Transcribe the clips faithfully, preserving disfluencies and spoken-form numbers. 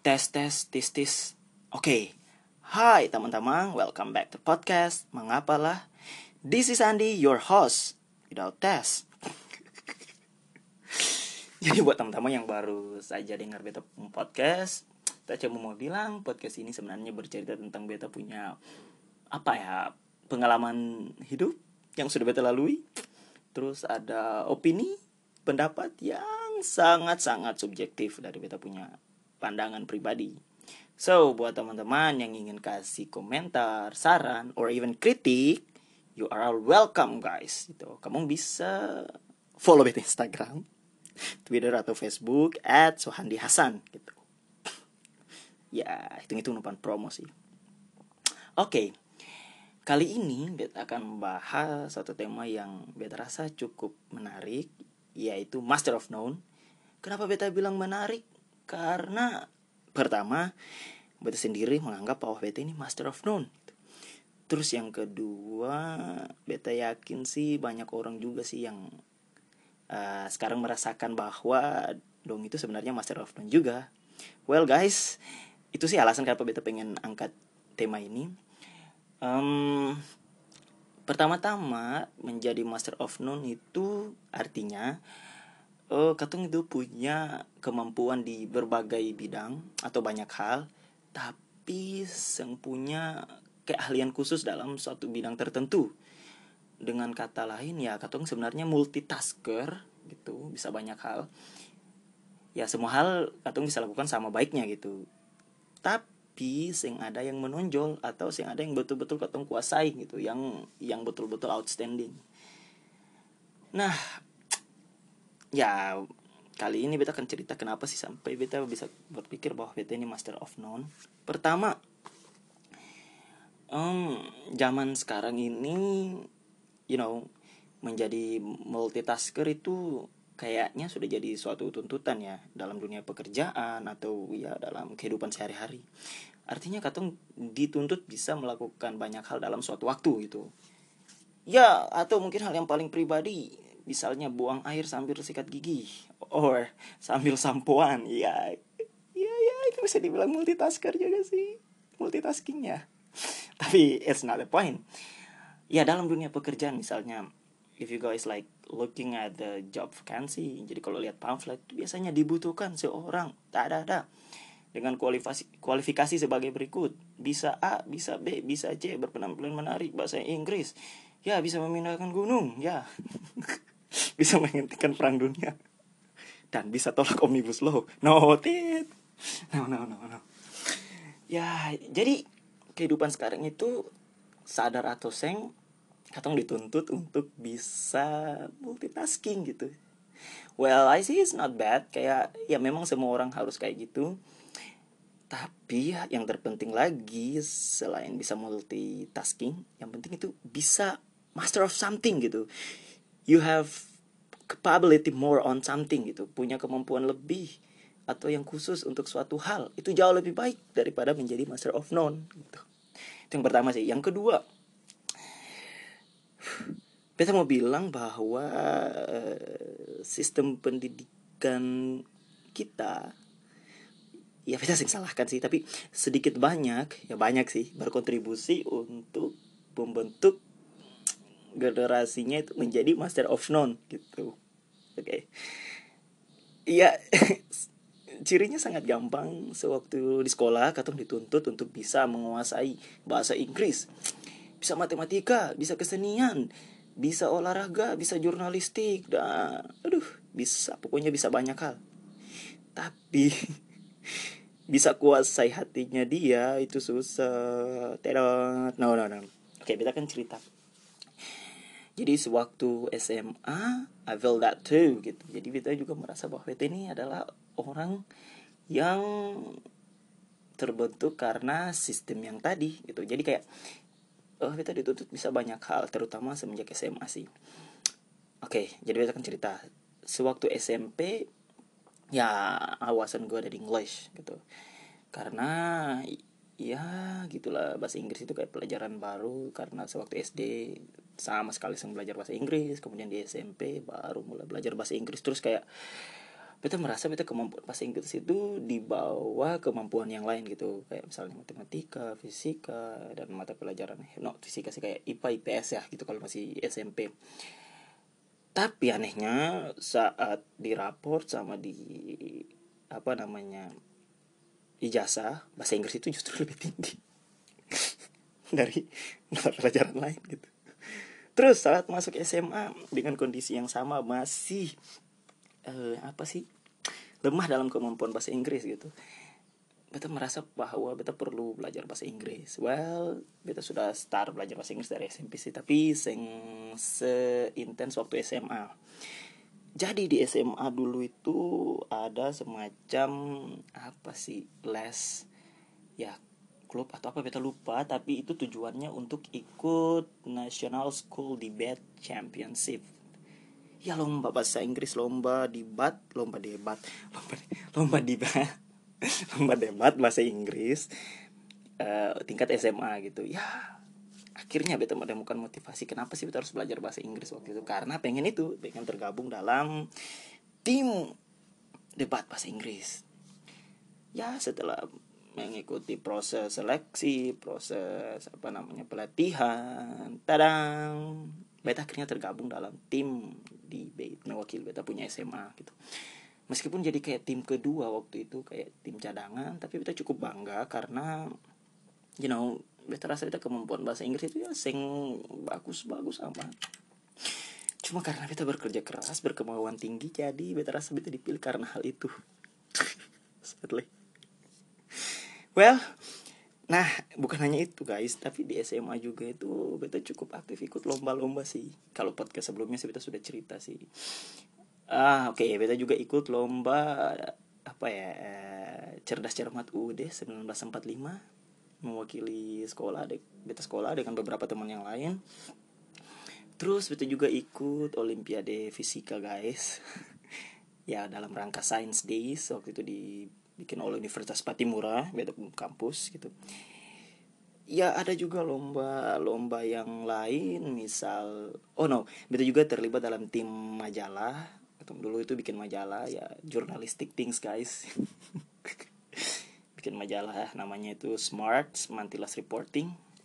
Tes tes tis tis. Oke. Hai teman-teman, welcome back to podcast Mengapalah. This is Andy, your host without test. Jadi buat teman-teman yang baru saja dengar beta podcast, kita cuma mau bilang podcast ini sebenarnya bercerita tentang beta punya apa ya, pengalaman hidup yang sudah beta lalui. Terus ada opini, pendapat yang sangat-sangat subjektif dari beta punya pandangan pribadi. So, buat teman-teman yang ingin kasih komentar, saran, or even kritik, you are all welcome guys. Itu kamu bisa follow beta Instagram, Twitter atau Facebook at Sohandi Hasan gitu. Ya, hitung-hitung numpang promo sih. Oke. Okay. Kali ini beta akan membahas satu tema yang beta rasa cukup menarik, yaitu Master of None. Kenapa beta bilang menarik? Karena pertama, beta sendiri menganggap bahwa beta ini Master of None. Terus yang kedua, beta yakin sih banyak orang juga sih yang uh, sekarang merasakan bahwa dong itu sebenarnya Master of None juga. Well guys, itu sih alasan kenapa beta pengen angkat tema ini. Um, pertama-tama menjadi Master of None itu artinya oh, katong itu punya kemampuan di berbagai bidang atau banyak hal, tapi yang punya keahlian khusus dalam suatu bidang tertentu. Dengan kata lain ya, katong sebenarnya multitasker gitu, bisa banyak hal. Ya semua hal katong bisa lakukan sama baiknya gitu. Tapi sing ada yang menonjol atau sing ada yang betul-betul katong kuasai gitu, yang yang betul-betul outstanding. Nah, ya kali ini beta akan cerita kenapa sih sampai beta bisa berpikir bahwa beta ini Master of None. Pertama, um, zaman sekarang ini, you know, menjadi multitasker itu kayaknya sudah jadi suatu tuntutan ya dalam dunia pekerjaan atau ya dalam kehidupan sehari-hari. Artinya katong dituntut bisa melakukan banyak hal dalam suatu waktu gitu. Ya, atau mungkin hal yang paling pribadi, misalnya buang air sambil sikat gigi or sambil sampoan. Ya, ya, ya itu bisa dibilang multitasker juga sih, multitaskingnya. Tapi it's not the point. Ya dalam dunia pekerjaan misalnya, if you guys like looking at the job vacancy, jadi kalau lihat pamflet biasanya dibutuhkan seorang tak ada ada dengan kualifikasi kualifikasi sebagai berikut: bisa A, bisa B, bisa C, berpenampilan menarik, bahasa Inggris, ya bisa memindahkan gunung, ya bisa menghentikan perang dunia, dan bisa tolak omnibus law. No, tit. No, no, no, no. Ya, jadi kehidupan sekarang itu sadar atau seng, katong dituntut untuk bisa multitasking gitu. Well, I see it's not bad. Kayak ya memang semua orang harus kayak gitu. Tapi yang terpenting lagi selain bisa multitasking, yang penting itu bisa master of something gitu. You have capability more on something gitu. Punya kemampuan lebih atau yang khusus untuk suatu hal. Itu jauh lebih baik daripada menjadi master of none gitu. Itu yang pertama sih. Yang kedua, beta mau bilang bahwa uh, sistem pendidikan kita, ya beta sing salahkan sih, tapi sedikit banyak, ya banyak sih, berkontribusi untuk membentuk generasinya itu menjadi master of none gitu. Oke. Okay. Iya. Cirinya sangat gampang. Sewaktu di sekolah katong dituntut untuk bisa menguasai bahasa Inggris, bisa matematika, bisa kesenian, bisa olahraga, bisa jurnalistik, dan aduh, bisa, pokoknya bisa banyak hal. Tapi bisa kuasai hatinya dia itu susah. Tidak, no no no. Oke, kita kan cerita. Jadi sewaktu S M A, I feel that too gitu. Jadi kita juga merasa bahwa kita ini adalah orang yang terbentuk karena sistem yang tadi gitu. Jadi kayak oh, kita dituntut bisa banyak hal, terutama semenjak S M A sih. Oke, jadi kita akan cerita. Sewaktu S M P, ya awasan gue ada di English gitu. Karena ya gitulah, bahasa Inggris itu kayak pelajaran baru. Karena sewaktu S D sama sekali saya belajar bahasa Inggris. Kemudian di S M P baru mulai belajar bahasa Inggris. Terus kayak beta merasa beta kemampuan bahasa Inggris itu di bawah kemampuan yang lain gitu, kayak misalnya matematika, fisika, dan mata pelajaran no fisika sih kayak I P A I P S ya gitu kalau masih S M P. Tapi anehnya saat di raport sama di apa namanya ijazah, bahasa Inggris itu justru lebih tinggi dari mata pelajaran lain gitu. Terus saat masuk S M A dengan kondisi yang sama masih eh, apa sih lemah dalam kemampuan bahasa Inggris gitu. Beta merasa bahwa beta perlu belajar bahasa Inggris. Well, beta sudah start belajar bahasa Inggris dari S M P sih, tapi seng seintens waktu S M A. Jadi di S M A dulu itu ada semacam apa sih les ya klub atau apa beta lupa, tapi itu tujuannya untuk ikut National School Debate Championship. Ya lomba bahasa Inggris, lomba debat, lomba debat, lomba lomba debat, lomba debat bahasa Inggris uh, tingkat S M A gitu. Ya akhirnya beta menemukan motivasi kenapa sih beta harus belajar bahasa Inggris waktu itu, karena pengen itu, pengen tergabung dalam tim debat bahasa Inggris. Ya setelah mengikuti proses seleksi, proses apa namanya pelatihan, tadang, beta akhirnya tergabung dalam tim debate mewakili beta punya S M A gitu. Meskipun jadi kayak tim kedua waktu itu, kayak tim cadangan, tapi beta cukup bangga karena you know beta rasa beta kemampuan bahasa Inggris itu ya sing bagus-bagus amat. Cuma karena beta bekerja keras, berkemauan tinggi, jadi beta rasa beta dipilih karena hal itu. Sadly. Well, nah bukan hanya itu guys, tapi di S M A juga itu beta cukup aktif ikut lomba-lomba sih. Kalau podcast sebelumnya sih beta sudah cerita sih. Ah oke, okay, beta juga ikut lomba apa ya cerdas cermat U U D seribu sembilan ratus empat puluh lima, mewakili sekolah, beta sekolah dengan beberapa teman yang lain. Terus beta juga ikut Olimpiade Fisika guys. Ya dalam rangka Science Days waktu itu di bikin oleh Universitas Patimura, beda kampus gitu. Ya ada juga lomba-lomba yang lain, misal oh no, beta juga terlibat dalam tim majalah. Atau dulu itu bikin majalah ya, journalistic things guys. Bikin majalah namanya itu Smart Mantilas Reporting.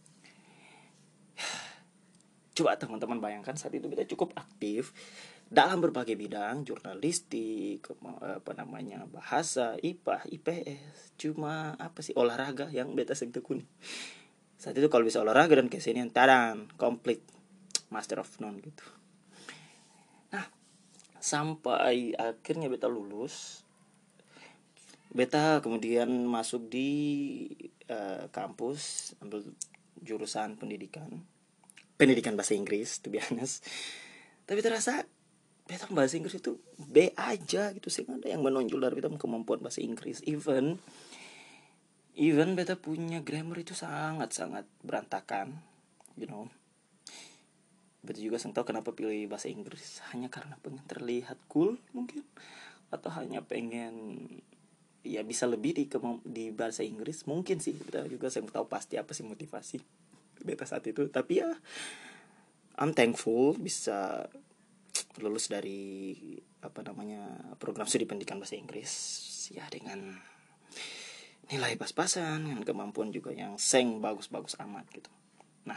Coba teman-teman bayangkan saat itu beta cukup aktif dalam berbagai bidang, jurnalistik, apa namanya, bahasa, I P A, I P S, cuma apa sih olahraga yang beta sering tekuni. Saat itu kalau bisa olahraga dan kesenian, tadan, komplit, master of none gitu. Nah, sampai akhirnya beta lulus, beta kemudian masuk di uh, kampus, ambil jurusan pendidikan, pendidikan bahasa Inggris, to be honest. Tapi terasa beta bahasa Inggris itu B aja gitu sih, ada yang menonjol dari beta kemampuan bahasa Inggris. Even even beta punya grammar itu sangat-sangat berantakan, you know. Beta juga seng tahu kenapa pilih bahasa Inggris, hanya karena pengen terlihat cool mungkin, atau hanya pengen ya bisa lebih di kemamp- di bahasa Inggris mungkin sih. Beta juga seng tahu pasti apa sih motivasi beta saat itu, tapi ya I'm thankful bisa lulus dari apa namanya program studi pendidikan bahasa Inggris ya dengan nilai pas-pasan, dengan kemampuan juga yang seng bagus-bagus amat gitu. Nah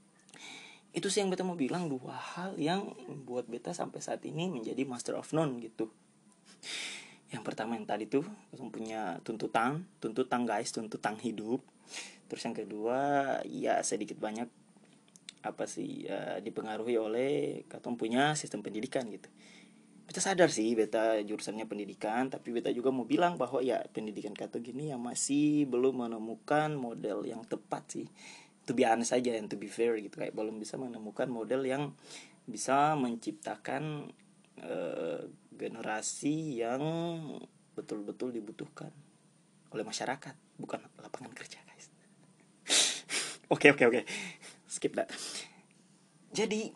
itu sih yang beta mau bilang, dua hal yang membuat beta sampai saat ini menjadi master of none gitu. Yang pertama yang tadi tuh punya tuntutan tuntutan guys, tuntutan hidup. Terus yang kedua ya sedikit banyak apa sih uh, dipengaruhi oleh katong punya sistem pendidikan gitu. Beta sadar sih beta jurusannya pendidikan, tapi beta juga mau bilang bahwa ya pendidikan kato gini yang masih belum menemukan model yang tepat sih, to be honest aja and to be fair gitu, kayak belum bisa menemukan model yang bisa menciptakan uh, generasi yang betul-betul dibutuhkan oleh masyarakat, bukan lapangan kerja guys. Oke oke oke skip that. Jadi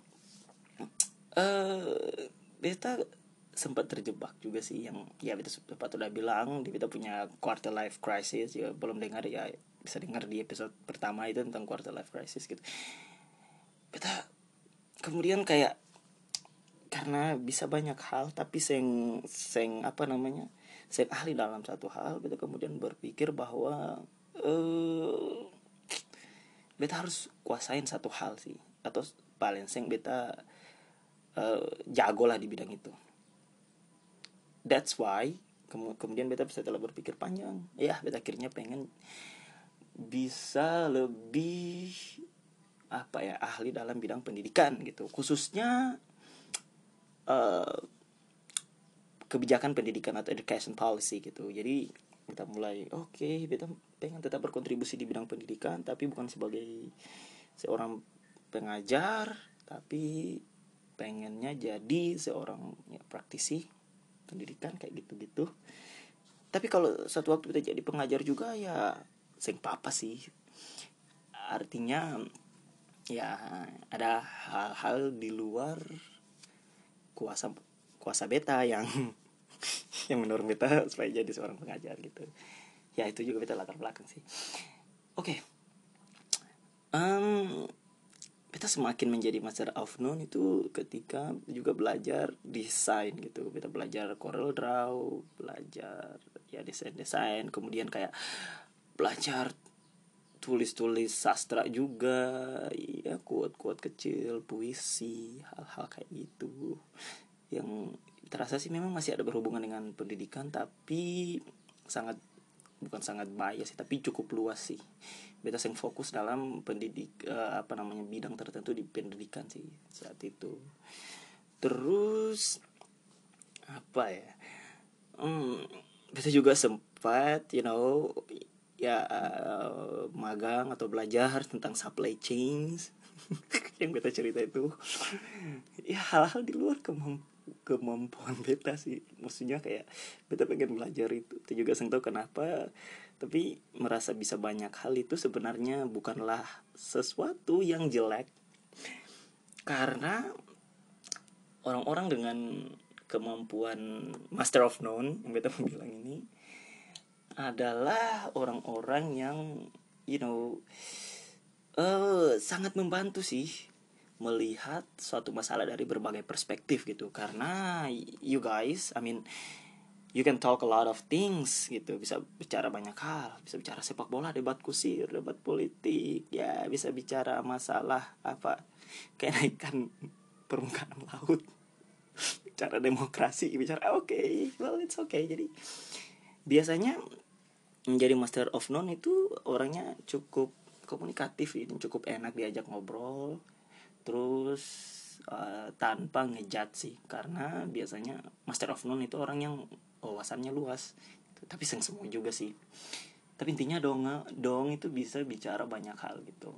uh, beta sempat terjebak juga sih, yang ya beta sempat udah bilang di beta punya quarter life crisis. Ya belum dengar ya bisa dengar di episode pertama itu tentang quarter life crisis gitu. Beta kemudian kayak karena bisa banyak hal tapi seng seng apa namanya seng ahli dalam satu hal, beta kemudian berpikir bahwa eh beta harus kuasain satu hal sih, atau paling seng beta eh, jago lah di bidang itu. That's why kemudian beta setelah berpikir panjang, ya beta akhirnya pengen bisa lebih apa ya ahli dalam bidang pendidikan gitu, khususnya uh, kebijakan pendidikan atau education policy gitu. Jadi kita mulai oke okay, kita pengen tetap berkontribusi di bidang pendidikan tapi bukan sebagai seorang pengajar, tapi pengennya jadi seorang ya, praktisi pendidikan kayak gitu-gitu. Tapi kalau satu waktu kita jadi pengajar juga ya sing papa sih, artinya ya ada hal-hal di luar kuasa kuasa beta yang yang menurut beta supaya jadi seorang pengajar gitu. Ya itu juga beta latar belakang sih. Oke, okay. um, beta semakin menjadi Master of None itu ketika juga belajar desain gitu. Beta belajar Corel Draw, belajar ya desain-desain, kemudian kayak belajar tulis-tulis sastra juga, ya quote-quote kecil, puisi, hal-hal kayak gitu yang terasa sih memang masih ada berhubungan dengan pendidikan, tapi sangat bukan sangat bias sih, tapi cukup luas sih. Beta sing fokus dalam pendidik uh, apa namanya bidang tertentu di pendidikan sih saat itu. Terus apa ya? Hmm, beta juga sempat, you know, ya uh, magang atau belajar tentang supply chains yang beta cerita itu. Ya hal-hal di luar kemampuan kemampuan beta sih, maksudnya kayak beta pengen belajar itu, itu juga saya tahu kenapa, tapi merasa bisa banyak hal itu sebenarnya bukanlah sesuatu yang jelek, karena orang-orang dengan kemampuan Master of None yang beta bilang ini adalah orang-orang yang you know uh, sangat membantu sih melihat suatu masalah dari berbagai perspektif gitu. Karena you guys, I mean you can talk a lot of things gitu, bisa bicara banyak hal, bisa bicara sepak bola, debat kusir, debat politik, ya bisa bicara masalah apa kenaikan permukaan laut, bicara demokrasi, bicara oke, okay, well it's okay. Jadi biasanya menjadi Master of None itu orangnya cukup komunikatif, ini cukup enak diajak ngobrol, terus uh, tanpa ngejudge sih, karena biasanya Master of None itu orang yang wawasannya luas, tapi seng semua juga sih, tapi intinya dong dong itu bisa bicara banyak hal gitu.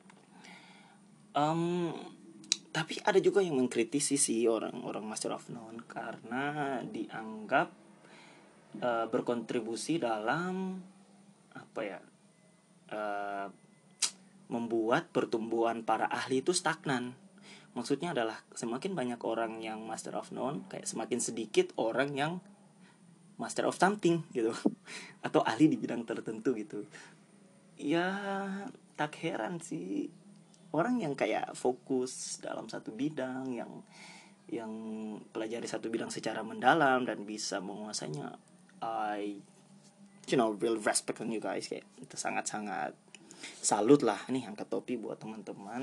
Um, tapi ada juga yang mengkritisi sih orang-orang Master of None karena dianggap Uh, berkontribusi dalam apa ya uh, membuat pertumbuhan para ahli itu stagnan. Maksudnya adalah semakin banyak orang yang Master of None, kayak semakin sedikit orang yang Master of something gitu atau ahli di bidang tertentu gitu. Ya tak heran sih orang yang kayak fokus dalam satu bidang, yang yang pelajari satu bidang secara mendalam dan bisa menguasainya, I you know real respect on you guys, kayak itu sangat-sangat salut lah nih, angkat topi buat teman-teman.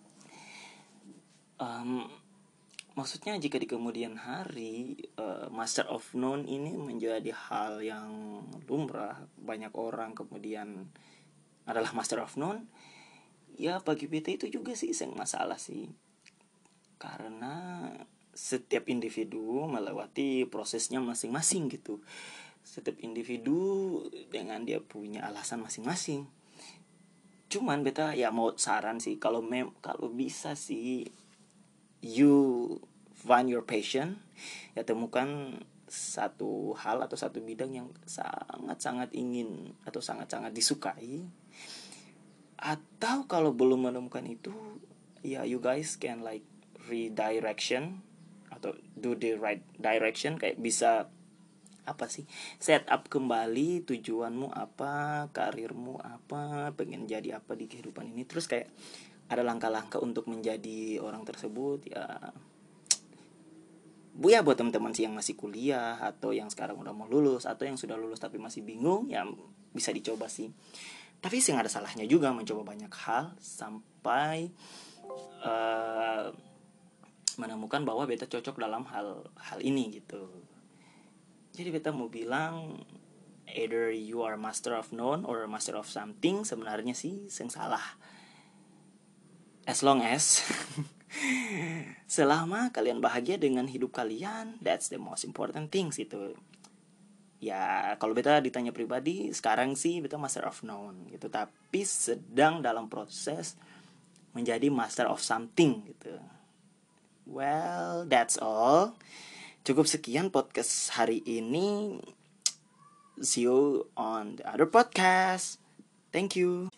Um, maksudnya jika di kemudian hari uh, Master of None ini menjadi hal yang lumrah, banyak orang kemudian adalah Master of None, ya bagi beta itu juga sih yang masalah sih, karena setiap individu melewati prosesnya masing-masing gitu. Setiap individu dengan dia punya alasan masing-masing. Cuman beta ya mau saran sih, kalau mem kalau bisa sih you find your passion, ya temukan satu hal atau satu bidang yang sangat-sangat ingin atau sangat-sangat disukai. Atau kalau belum menemukan itu, ya you guys can like redirection atau do the right direction, kayak bisa apa sih set up kembali tujuanmu apa, karirmu apa, pengen jadi apa di kehidupan ini, terus kayak ada langkah-langkah untuk menjadi orang tersebut. Ya Bu ya buat teman-teman sih yang masih kuliah atau yang sekarang udah mau lulus atau yang sudah lulus tapi masih bingung, ya bisa dicoba sih. Tapi sih nggak ada salahnya juga mencoba banyak hal sampai uh, menemukan bahwa beta cocok dalam hal hal ini gitu. Jadi beta mau bilang either you are master of none or master of something, sebenarnya sih yang salah. As long as selama kalian bahagia dengan hidup kalian, that's the most important things itu. Ya kalau beta ditanya pribadi, sekarang sih beta master of none gitu, tapi sedang dalam proses menjadi master of something gitu. Well, that's all. Cukup sekian podcast hari ini. See you on the other podcast. Thank you.